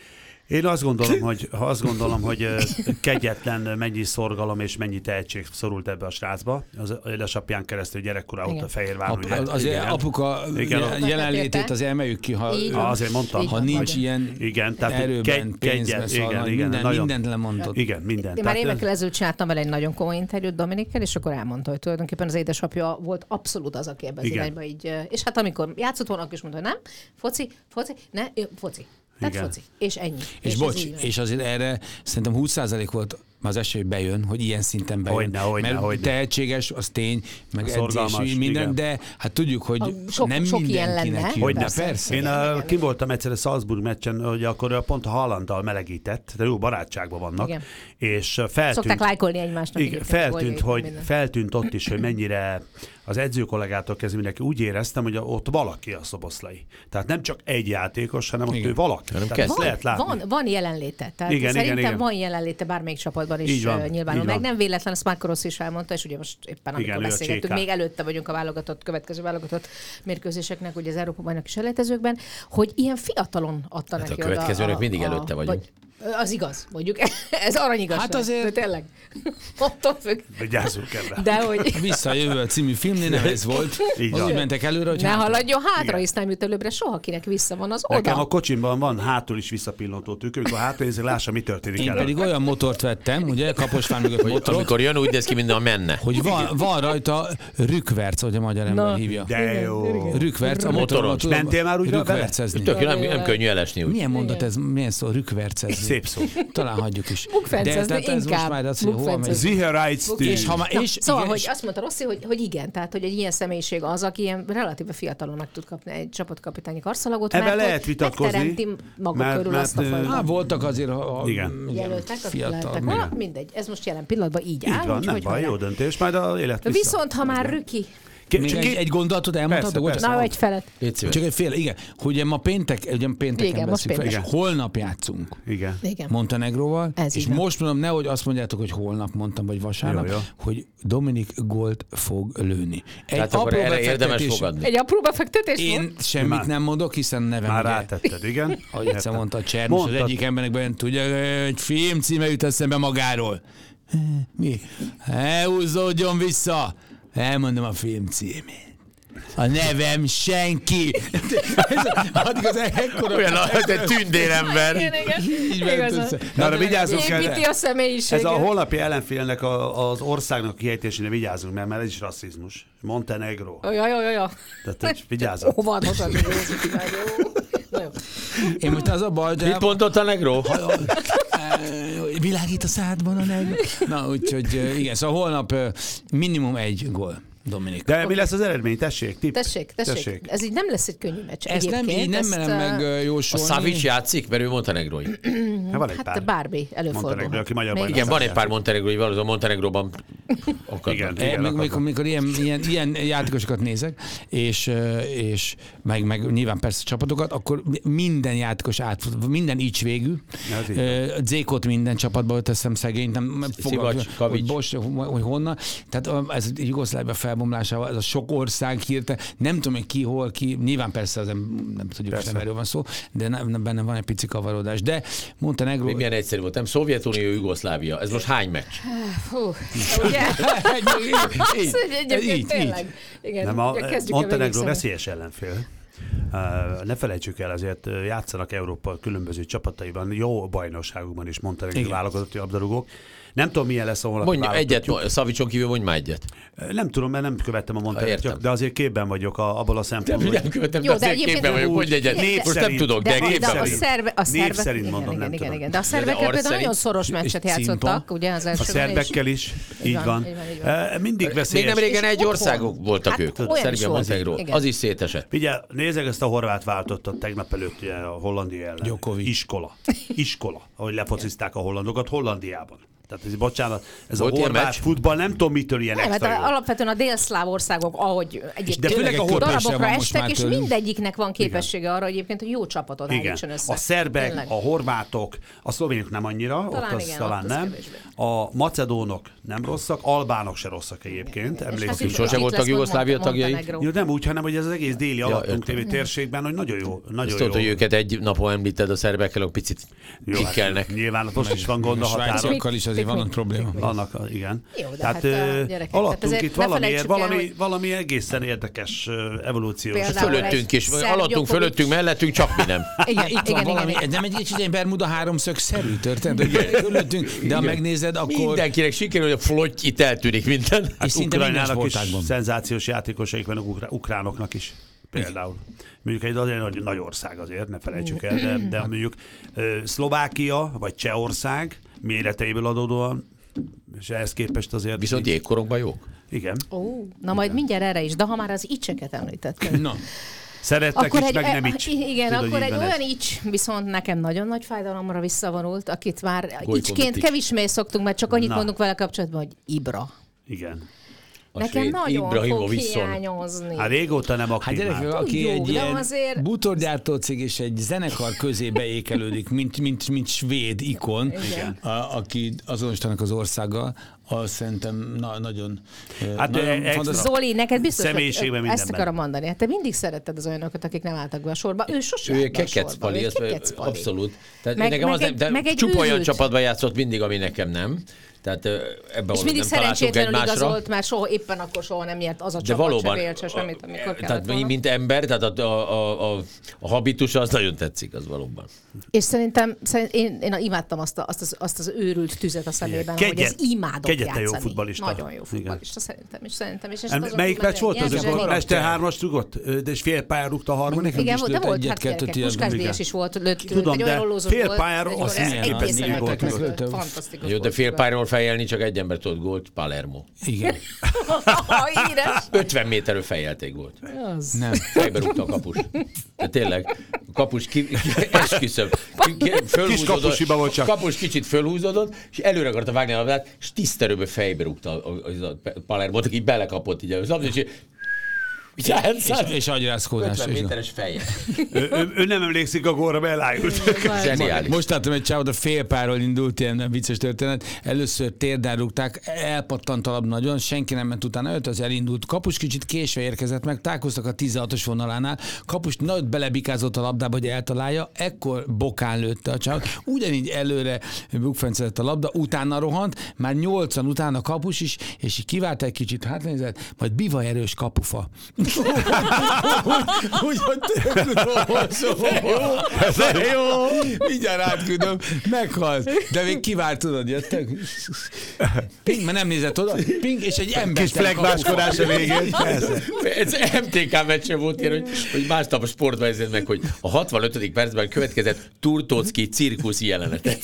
Én azt gondolom, hogy azt gondolom, hogy ö, kegyetlen mennyi szorgalom és mennyi tehetség szorult ebbe a srácba. Az édesapján keresztül gyerekkora óta Igen. Fehérváron. Ap, ugye? az, azért Igen. apuka Igen. je- jelenlétét azért emeljük ki, ha, Így van. Azért mondtam. Így ha van, nincs nagyon. ilyen Igen, tehát erőben, kegy- pénzben, kegyen- szóval igen, nagy- igen, minden, nagyon- mindent lemondott. Igen, minden. Én már Tehát, évekkel ezelőtt csináltam vele egy nagyon komoly interjút Dominikkel, és akkor elmondta, hogy tulajdonképpen az édesapja volt abszolút az, aki ebbe az Igen. irányba így, és hát amikor játszott volna, akkor is mondta, hogy nem, foci, foci, ne, ö, foci. Tehát Igen. foci. És ennyi. És, ez bocs, így van. és azért erre szerintem húsz százalék volt az esély, hogy bejön, hogy ilyen szinten bejön. Hogyne, hogyne, Mert hogyne. tehetséges, az tény, meg A edzés, szorgalmas, minden, igen. de hát tudjuk, hogy A sok- nem sok ilyen mindenkinek lenne. jön. Hogyne. Persze. persze. Én Igen, a, igen, kim voltam egyszer a Salzburg meccsen, hogy akkor pont a Haalanddal melegített, de jó barátságban vannak, Igen. és feltűnt, Szokták lájkolni egymásnak. igen, egyébként a feltűnt, góljait, hogy, minden. feltűnt ott is, hogy mennyire az edzőkollégától kezdve mindenki úgy éreztem, hogy ott valaki a Szoboszlai. Tehát nem csak egy játékos, hanem ott Igen. ő valaki. Hanem Tehát ezt kettő. lehet látni. Van, van jelenléte. Tehát Igen, szerintem igen, igen. van jelenléte bármelyik csapatban is Így van, uh, nyilvánul így meg. van. Nem véletlen, ezt Marco Rossi is elmondta, és ugye most éppen amikor Igen, ő a beszélgettünk, cé ká. még előtte vagyunk a válogatott, következő válogatott mérkőzéseknek, ugye az Európa-bajnoki selejtezőkben, hogy ilyen fiatalon adta Hát a neki következőnek oda mindig előtte vagyunk. Vagy, az igaz, mondjuk. Ez aranyigaz. Hát azért- De tényleg. Attól függ. Vigyázzunk ebbe. De hogy Visszajövő a című filmnél nem ez volt. Így Az van. úgy mentek előre, hogy ne hátra. haladjon hátra, Igen. és nem jut előbbre soha, kinek vissza van az Nekem oda. a kocsimban van hátul is visszapillantó tükör, amikor hátul nézzük, lássa, mi történik Én előtt. pedig olyan motort vettem, ugye, Kaposvár mögött motorot, Amikor jön, úgy néz ki, mint a menne. hogy van, van rajta rükverc, hogy a magyar ember Na. hívja. De jó. Rükverc, a Motoron. motoron tudom Mentél már úgy vele? rükvercezni. Tök jó, nem, nem könnyű elesni úgy. Milyen mondat ez, milyen szó, rükvercezni? Szép szó. Talán hagyjuk is. Bukfencezni tehát ez inkább. most már az, hogy hol megy. Sicherheitstück. És, ha már, Na, és, szóval, igen, hogy és- azt mondta Rossi, hogy, hogy igen, tehát hogy egy ilyen személyiség az, aki ilyen relatíve fiatalon meg tud kapni egy csapatkapitányi karszalagot, Ebben mert lehet hogy vitatkozni, megteremti maga mert- körül mert, azt a ö, fajta Á, voltak azért a, a Igen. jelöltek, akik fiatal. lehettek. igen. Na, mindegy, ez most jelen pillanatban így Így áll. van, nem úgyhogy baj, jó hajrá. döntés, majd a élet vissza. Viszont, ha már Rüki, Ké- Még csak egy, két- egy gondolatot elmondhatok? Persze, Bocsánat. na, egy felet. Légy szíves. Csak egy fél, igen. Hogy ugye ma péntek, ugye pénteken Igen, most veszünk fel, és péntek. holnap játszunk Igen. Igen. Montenegróval, Ez és így van. most mondom, nehogy azt mondjátok, hogy holnap mondtam, vagy vasárnap, Jó, jó. hogy Dominik gólt fog lőni. Egy Tehát akkor apró erre érdemes befektetés- fogadni. Egy apró befektetés Én volt? semmit Már- nem mondok, hiszen nevem Már ugye, rátetted, igen. ahogy egyszer mondta a Csernus, az Mondtad. egyik embernek bejön, tudja, egy film címe jut eszembe magáról. Mi? Elhúzódjon vissza! Elmondom a film címét. A nevem senki. Addig az ekkora... Olyan a te tündérember. Igen, igen. Így ment Igazán. össze. Na, arra vigyázzunk kell. Építi a személyiséget. Ez a holnapi ellenfélnek a, az országnak kiejtésére vigyázzunk, mert, mert ez is rasszizmus. Montenegro. Jaj, jaj, jaj, jaj. Tehát hogy vigyázzak. Óvatosan, hogy ez így van, jó. Na jó. Én most az a baj, de... Mit mondott a negró? Világít a szádban a negro. Na, úgyhogy igen, szóval holnap ö, minimum egy gól, Dominik. De mi lesz az eredmény? Tessék, tipp. Tessék, tessék, Tessék. Ez így nem lesz egy könnyű meccs. Ezt nem, egyébként. így nem Ezt, merem uh, meg ö, A jósolni. Savic játszik, mert ő montenegrói. Hát van egy Hát pár. bármi előfordulhat. Montenegro, aki magyar Még- bajnok. Igen, van egy pár montenegrói, valószínűleg Montenegróban akadnak. Igen. E, mikor, mikor, akadnak. mikor ilyen, ilyen, ilyen játékosokat nézek, és, ö, és meg, meg nyilván persze csapatokat, akkor minden játékos átfut, minden így végű. Ez így Ö, Zékot minden csapatba teszem szegényt, nem Szivacs, hogy Kavics. Bos, hogy honnan. Tehát ö, ez a Jugoszlávia felbomlásával, ez a sok ország hirtelen, nem tudom, hogy ki, hol, ki, nyilván persze az nem, nem tudjuk, Persze. nem erről van szó, de nem, benne van egy pici kavarodás. De Montenegro... Még milyen egyszerű volt, nem? Szovjetunió, Jugoszlávia. Ez most hány meccs? Hú, ugye? Így, Az, hogy egyébként így, tényleg. Igen, Nem, a kezdjük el Montenegro végigszemni. veszélyes ellenfél. Uh, ne felejtsük el, azért uh, játszanak Európa különböző csapataiban, jó bajnokságokban is Montenegro Igen. válogatotti labdarúgók. Nem tudom, milyen lesz a holnapi Mondj válogatottjuk. egyet, Szavicson kívül mondj már egyet. Nem tudom, mert nem követtem a Montenegrót, értem. de azért képben vagyok a, abból a Nem, szempontból. nem követem, de Jó, de azért egyébként képben vagyok, úgy- mondj egyet. név Most nem szerint. tudok, de De, de, képben de a, vagyok. szerve, a Név szervek, szerint igen, mondom, igen, nem igen, tudom. igen. De a De szervekkel arc például nagyon szerint? szoros meccset És cimpa? játszottak, ugye az A első szerbekkel is, így van. így van, így van. Uh, Mindig Még veszélyes. nem régen És egy otthon. országok voltak Hát ők. olyan is Szerbia, volt. Montenegro. Igen. Az is szétesett. Figyelj, nézzek ezt a horvát váltottat tegnap előtt ugye, a Hollandia ellen. Djokovic. Iskola. Iskola, ahogy lefocizták a hollandokat Hollandiában. Tehát ez, bocsánat, ez Volt a ilyen horvát meccs? futball nem tudom mitől ilyen Nem, hát extra jó. alapvetően a délszláv országok, ahogy egyébként De főleg a horvát darabokra van most estek, már és tőlünk. mindegyiknek van képessége arra egyébként, hogy jó csapatot Igen. állítson össze. A szerbek, Tényleg. a horvátok, a szlovénok nem annyira, Talán ott az igen, talán ott az nem. kevésbé. A macedónok nem rosszak, albánok se rosszak egyébként, És hát emlékszünk. itt- Sose itt voltak lesz Jugoszlávia Mont- tagjai? Montenegro. Jó, nem úgy, hanem hogy ez az egész déli alattunk értem. lévő térségben, hogy nagyon jó, nagyon Ezt jó. tudod, hogy őket egy napon említed a szerbekkel, hogy picit Jó, hát kikkelnek. nyilván most is van gond a A határon. svájciakkal is azért van ott probléma. Vannak, igen. Jó, de Tehát hát a ö, gyerekek, alattunk tehát azért itt ne valamiért, felejtsük el, valami, hogy- valami egészen érdekes ö, evolúciós. Például Fölöttünk egy is, szerb alattunk, Djokovic. fölöttünk, mellettünk, csak mi nem. Igen, Itt van igen, igen, valami, igen. nem egy kicsit egy Bermuda háromszög-szerű történet, hogy körülöttünk, de ha megnézed, akkor... Mindenkinek sikerül, hogy a flotty itt eltűnik minden. És Hát szinte minden Ukrajnának is sportágban. szenzációs játékosaik vannak, ukrá- ukránoknak is például. Mondjuk egy azért nagy, nagy ország azért, ne felejtsük el, de, de mondjuk ö, Szlovákia vagy Csehország méreteiből adódóan, és ehhez képest azért... Viszont jégkorongban jók. Igen. Ó, na majd mindjárt erre is, de ha már az icseket említetted. Na, Szerettek Akkor is, egy, meg nem így. igen, Tudod, akkor így egy van ez. olyan ics viszont nekem nagyon nagy fájdalomra visszavonult, akit már Golykondics. icsként kevésbé szoktunk, mert csak annyit Na. mondunk vele kapcsolatban, hogy Ibra. Igen. A Nekem svéd nagyon fog Ibrahimovicson. hiányozni. Hát régóta nem hát aktív gyerekek, már. aki Jó, egy de ilyen azért- bútorgyártó cég és egy zenekar közé beékelődik, mint, mint, mint svéd ikon, Igen. a, aki azonosítanak az országgal, az szerintem na, nagyon, Hát, nagyon extra. fantasztikus. Zoli, neked biztos, Személyiségben hogy ezt mindenben. akarom mondani. Hát te mindig szeretted az olyanokat, akik nem álltak be a sorba. Ő sosem Ő állt be a sorba. kekecpali, Ő ez kekecpali. abszolút. Tehát Meg- nekem meg az, egy- de meg egy csupa olyan őrült. csapatban játszott mindig, ami nekem nem. Tehát ö, ebben És valahogy mindig nem találtunk szerencsétlenül egymásra. igazolt, mert soha, éppen akkor soha nem nyert az a De csapat, valóban, se vélt, se semmit, amikor kellett tehát volna. mint ember, tehát a, a, a, a, a habitusa az nagyon tetszik, az valóban. És szerintem, szerint, én, én imádtam azt, a, azt, az, azt az őrült tüzet a szemében, hogy ez Kegyet- imádott Egyetlen jó játszani. futballista. Nagyon jó futballista, szerintem is. Szerintem is. És Em, azon melyik túl meccs volt meg az, ilyen amikor zseni. este hármas rugott, de és fél pályán rúgta a harmadik? Igen, is volt, de lőtt volt, egyet, hát kettőt gyerekek, ilyen. Puskás Igen. Dénes is volt, lőtt, Tudom, egy de olyan rollózó fél volt, pályáról egy azt olyan elképesztő egészen gólt elképesztő, rúgott. fantasztikus Jó, de volt. félpályáról fejelni csak egy ember tudott gólt, Palermo. Igen. Híres. ötven méterről fejelték gólt. Nem. Fejbe rúgta a kapus. De tényleg, a kapus ki, ki, esküszöm. Ki, ki, fölhúzódott, kapusiba volt csak. a kapus kicsit fölhúzódott, és előre akarta vágni a labdát, és tiszterőből fejbe rúgta a, a, a Palermot, aki belekapott így a labdát, és És, és agyrázkódás. ötven méteres feje. ő, ő, ő nem emlékszik a gólra, mert elájult. Zseniális. Most láttam egy csávot, a félpárról indult ilyen vicces történet. Először térdán rúgták, elpattant a labda nagyon, senki nem ment utána, őt az elindult. Kapus kicsit késve érkezett meg, találkoztak a tizenhatos vonalánál. Kapus nagy belebikázott a labdába, hogy eltalálja, ekkor bokán lőtte a csávot. Ugyanígy előre bukfencezett a labda, utána rohant, már nyolcan utána Kapus is, és így kivált egy kicsit, hátnézett, majd bivaj erős kapufa. Úgy, hogy de jó, mindjárt átküldöm, meghalt. De még kivált, tudod, jöttek. Ping, mert nem nézett oda, ping, és egy ember. Kis flegbáskodás a végén. Ez em té ká meccsen volt ilyen, hogy, hogy másnap a sportban ezért meg, hogy a hatvanötödik percben következett Turtocki cirkusz jelenetet.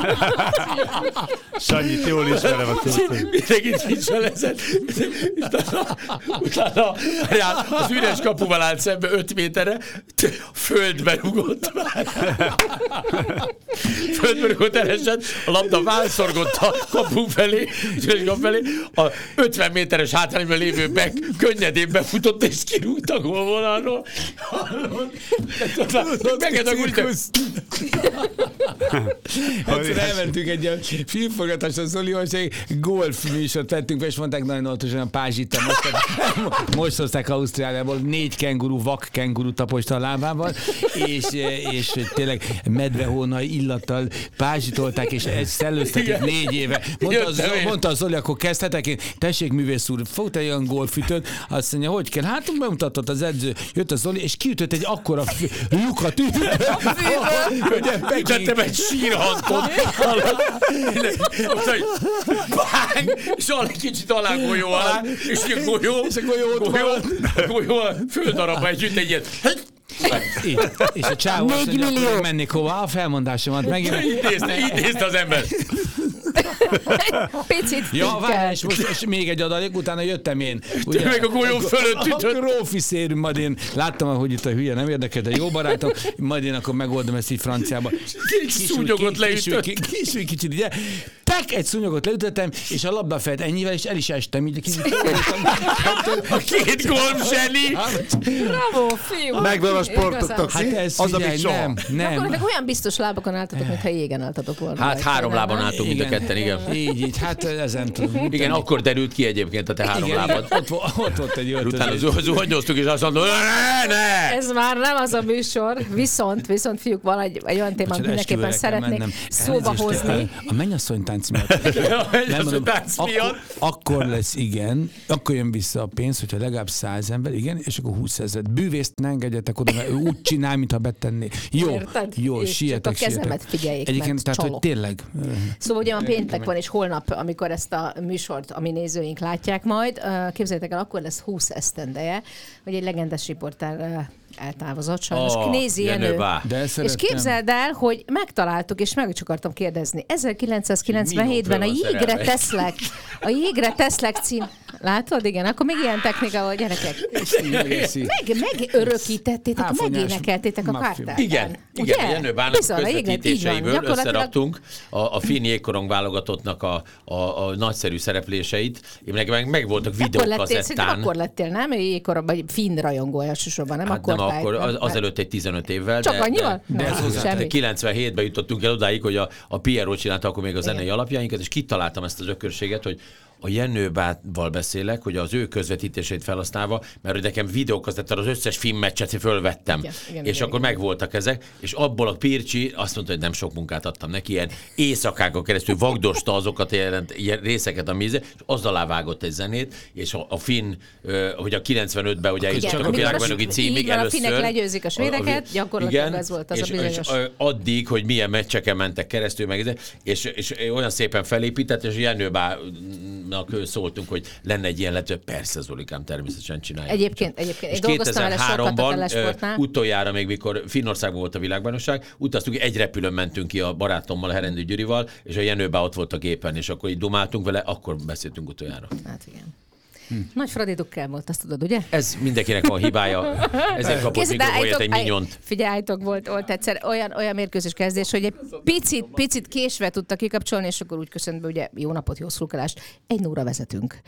Sanyit jól ismerem a Turtocki. Mindenkit vicselezett. Utána, utána az üres kapuval állt szembe öt méterre, földbe rugott. Földbe rugott elesett, a labda válszorgott a kapu felé, üres kapu felé, a ötven méteres hátrányban lévő Beck könnyedén befutott, és kirúgta a gólvonalról. Meged a gúrítani. Egyszer elmentünk egy ilyen filmforgatásra, Zolival, és egy golf műsort vettünk, és mondták, nagyon óvatosan a pázsita. Most, most hozták Ausztráliából, négy kenguru, vak kenguru taposta a lábával, és, és tényleg medvehónai illattal pázsitolták, és ezt szellőztetik négy éve. Mondta az, mondta az Zoli, akkor kezdhetek én, tessék művész úr, fogta egy olyan golfütőt, azt mondja, hogy kell? Hát bemutatott az edző, jött az Zoli, és kiütött egy akkora lyukat, Ütöttem egy sírhantot, és alá kicsit alá golyó alá, és a golyó, és a golyó, golyó, golyó földarabba együtt egy ilyet. Így. És a csávó azt mondja, akkor mennék hova, a felmondásomat megint. Így nézte, így nézte az ember. Picit Ja, várj, és most és még egy adalék, utána jöttem én. Ugye, meg a golyó fölött ütött. A rófi szérű, majd én láttam, hogy itt a hülye nem érdekel, de jó barátom, majd én akkor megoldom ezt így franciába. Szúnyogot leütött. Kisülj kicsit, ugye? Tek, egy szúnyogot leütöttem, és a labda felt ennyivel, és el is estem. Így kicsit. A két gól zseni. Bravo, fiú! Megvan a sportoknak. Hát ez Az, figyelj, amit soha. nem, nem. Akkor olyan biztos lábakon álltatok, mintha jégen álltatok volna. Hát három lábon álltunk mind a ketten, igen. Így, így, hát ezen tudom. Igen, akkor derült ki egyébként a te három Igen, lábad. ott, vo- ott volt egy Utána öltöző. zuhanyoztuk, és azt mondom, ne, ne! Ez már nem az a műsor, viszont, viszont fiúk, van egy, egy olyan témát Bocsánat, mindenképpen esküvőre kell szeretnék mennem. szóba Elnézést, hozni. A mennyasszonytánc miatt. Nem mondom, akkor, akkor lesz, igen, akkor jön vissza a pénz, hogyha legalább száz ember, igen, és akkor húszezret. Bűvészt ne engedjetek oda, mert ő úgy csinál, mintha betenné. Jó, Érted? jó, És sietek, csak a kezemet sietek. figyeljék Egyébként, meg, tehát, hogy csalok. tényleg. Szóval ugye van péntek van, és holnap, amikor ezt a műsort a mi nézőink látják majd, képzeljétek el, akkor lesz húsz esztendeje, hogy egy legendás riporter eltávozott, sajnos Oh, Knézi Jenő Jenő. bá. De És szerettem. képzeld el, hogy megtaláltuk, és meg is akartam kérdezni. ezerkilencszázkilencvenhétben a Minó föl van Jégre szerelve. teszlek, a Jégre teszlek cím. Látod? Igen, akkor még ilyen technika volt, gyerekek. Meg, megörökítettétek, Áfonyás megénekeltétek a maffia. kártyát. Igen, igen, a Jenő Bának Bizony, igen, így van. közvetítéseiből Gyakorlatilag összeraktunk a, a finn jégkorong válogatottnak a, a, a nagyszerű szerepléseit. Én meg, meg, meg voltak akkor lettél, szerintem videókazettán. akkor lettél, nem? Jégkorong, vagy finn rajongó elsősorban, nem? Hát akkor nem akkor, az, tájt- azelőtt egy tizenöt évvel. Csak de, annyival? De, Nem, de semmi. kilencvenhétben jutottunk el odáig, hogy a, a Pierrot csinálta akkor még a zenei alapjainkat, és kitaláltam ezt az ökörséget, hogy a Jenőbával beszélek, hogy az ő közvetítését felhasználva, mert hogy nekem videókazettel az összes filmmeccset fölvettem, igen, igen, és igen, akkor igen. megvoltak ezek, és abból a Pircsi azt mondta, hogy nem sok munkát adtam neki, ilyen éjszakákon keresztül vagdosta azokat jelent, ilyen részeket a méze, és az alá vágott egy zenét, és a, a finn, hogy a kilencvenötben, hogy eljutottak a világbajnoki címig először. A finnek legyőzik a svédeket, a, gyakorlatilag igen, ez volt az és, a bizonyos. És addig, hogy milyen meccseken mentek keresztül, meg, és, és olyan szépen felépített, és Jenőbának szóltunk, hogy lenne egy ilyen lehető, persze Zolikám, természetesen csinálja. Egyébként, egyébként. Én dolgoztam vele sokat a telesportnál. Utoljára még, mikor Finnországban volt a világbajnokság, utaztunk, egy repülőn mentünk ki a barátommal, a Herendő Gyurival, és a Jenőbá ott volt a gépen, és akkor így dumáltunk vele, akkor beszéltünk utoljára. Hát igen. Hm. Nagy Fradi Dukkel volt, azt tudod, ugye? Ez mindenkinek van hibája. Ezért kapott mikrofonját egy minyont. Figyelj, állítok, volt, volt egyszer olyan, olyan mérkőzés kezdés, hogy egy picit, picit késve tudta kikapcsolni, és akkor úgy köszönt be, ugye, jó napot, jó szurkolást, egy nóra vezetünk.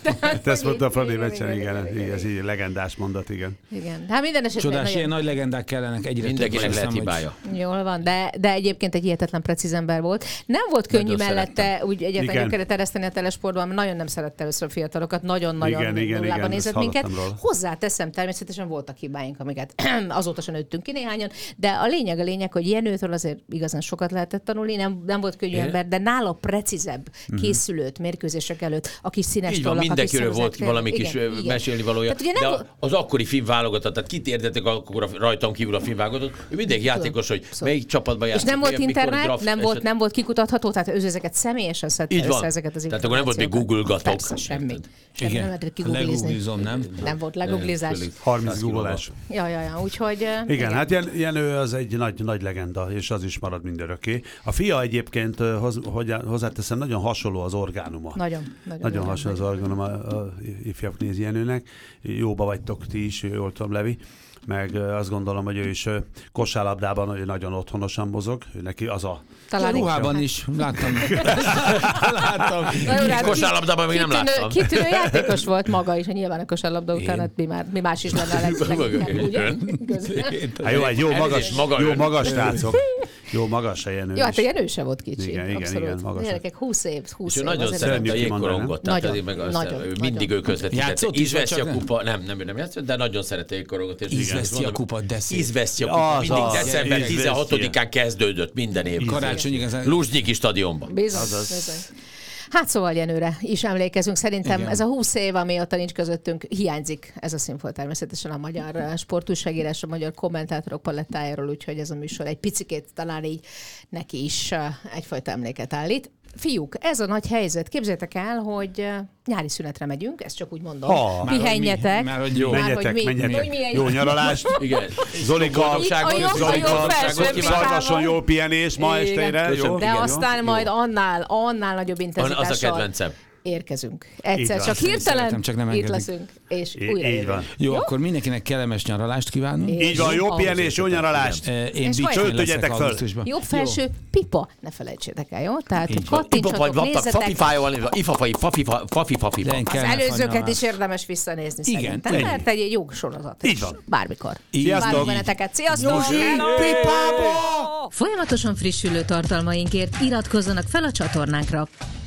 Te ezt mondta a Fradi meccsen, igen, igen, ez így legendás mondat, igen. Igen, hát minden esetben csodás, nagyon... ilyen nagy legendák kellenek egyre. Mindenkinek lehet hibája. Jól van, de, de egyébként egy hihetetlen precíz ember volt. Nem volt könnyű nagyon mellette szerettem. Úgy egyáltalán gyökeret ereszteni a telesportban, mert nagyon nem szerette először a fiatalokat, nagyon-nagyon nullában nézett minket. Hozzáteszem, természetesen voltak hibáink, amiket azóta sem nőttünk ki néhányan, de a lényeg a lényeg, hogy Jenőtől azért igazán sokat lehetett tanulni, nem, nem volt könnyű ember, de nála precízebb készülőt mérkőzések előtt, a kis színes így van, tollak, mindenkiről volt valami kis mesélni valója. De az akkori filmválogatott, tehát kit érdetek akkor rajtam kívül a filmválogatott, ő mindenki játékos, hogy melyik csapatban játszik. És nem volt internet, nem volt, nem volt kikutatható, tehát ő ezeket személyesen szedte össze ezeket az információkat. Tehát akkor nem volt még Google-gatok. Persze, semmi. Igen, nem lehetett kiguglizom, nem? Nem volt legooglizás. harminc googolás. Ja, ja, ja, úgyhogy... Igen, igen, hát Jenő az egy nagy, nagy legenda, és az is marad mindörökké. A fia egyébként, hozzáteszem, nagyon hasonló az orgánuma. Nagyon. Nagyon, nagyon hasonló az orgánuma a ifjabb Knézi Jenőnek. Jóba vagytok ti is, jól tudom, Levi. Meg azt gondolom, hogy ő is kosárlabdában nagyon otthonosan mozog. Ő neki az a... Talán a ruhában is. Láttam. láttam. Kosárlabdában még nem láttam. Kitűnő játékos volt maga is, nyilván a kosárlabda után, hát mi, már, mi más is lenne a leginkább, ugye? Hát jó, egy jó magas, jó magas rácok. Jó magas a Jenő. Jó, hát a Jenő se volt kicsi. Igen, igen, igen, magas. Gyerekek, húsz év, húsz év. És ő nagyon szerette a jégkorongot. Tehát mindig ő közvetítette. Ízveszti a kupa, nem, nem, nem játszott, de nagyon szerette a jégkorongot. Ízveszti a kupa, de szép. Ízveszti a kupa, mindig december tizenhatodikán kezdődött minden év. Karácsonyig. Luzsnyiki stadionban. Bizony, bizony. Hát szóval Jenőre is emlékezünk. Szerintem igen. Ez a húsz év, amióta nincs közöttünk, hiányzik ez a színfolt természetesen a magyar sportújságírás, a magyar kommentátorok palettájáról, úgyhogy ez a műsor egy picikét talán így neki is egyfajta emléket állít. Fiúk, ez a nagy helyzet. Képzeljétek el, hogy nyári szünetre megyünk, ezt csak úgy mondom. Ha, pihenjetek. Már, hogy jó. Már, menjetek, hogy mi, menjetek. Hogy jó nyaralást. Igen. Zolika, szarvason jó pihenés ma estére. Jó. De aztán majd annál, annál nagyobb intenzitással. Az a kedvencem. Érkezünk. Egyszer csak hirtelen csak nem itt leszünk, és I- újra így van. Jó, jó, akkor mindenkinek kellemes nyaralást kívánunk. Így van, jó pihenés, jó nyaralást. Én dicsőt tegyetek föl. Jobb felső jó. Pipa, ne felejtsétek el, jó? Tehát kattintsatok, nézzetek. Az előzőket is érdemes visszanézni szerintem, mert egy jó sorozat. Így van. Bármikor. Sziasztok. Benneteket. Sziasztok! Pipába! Folyamatosan frissülő tartalmainkért iratkozzanak fel a csatornánkra.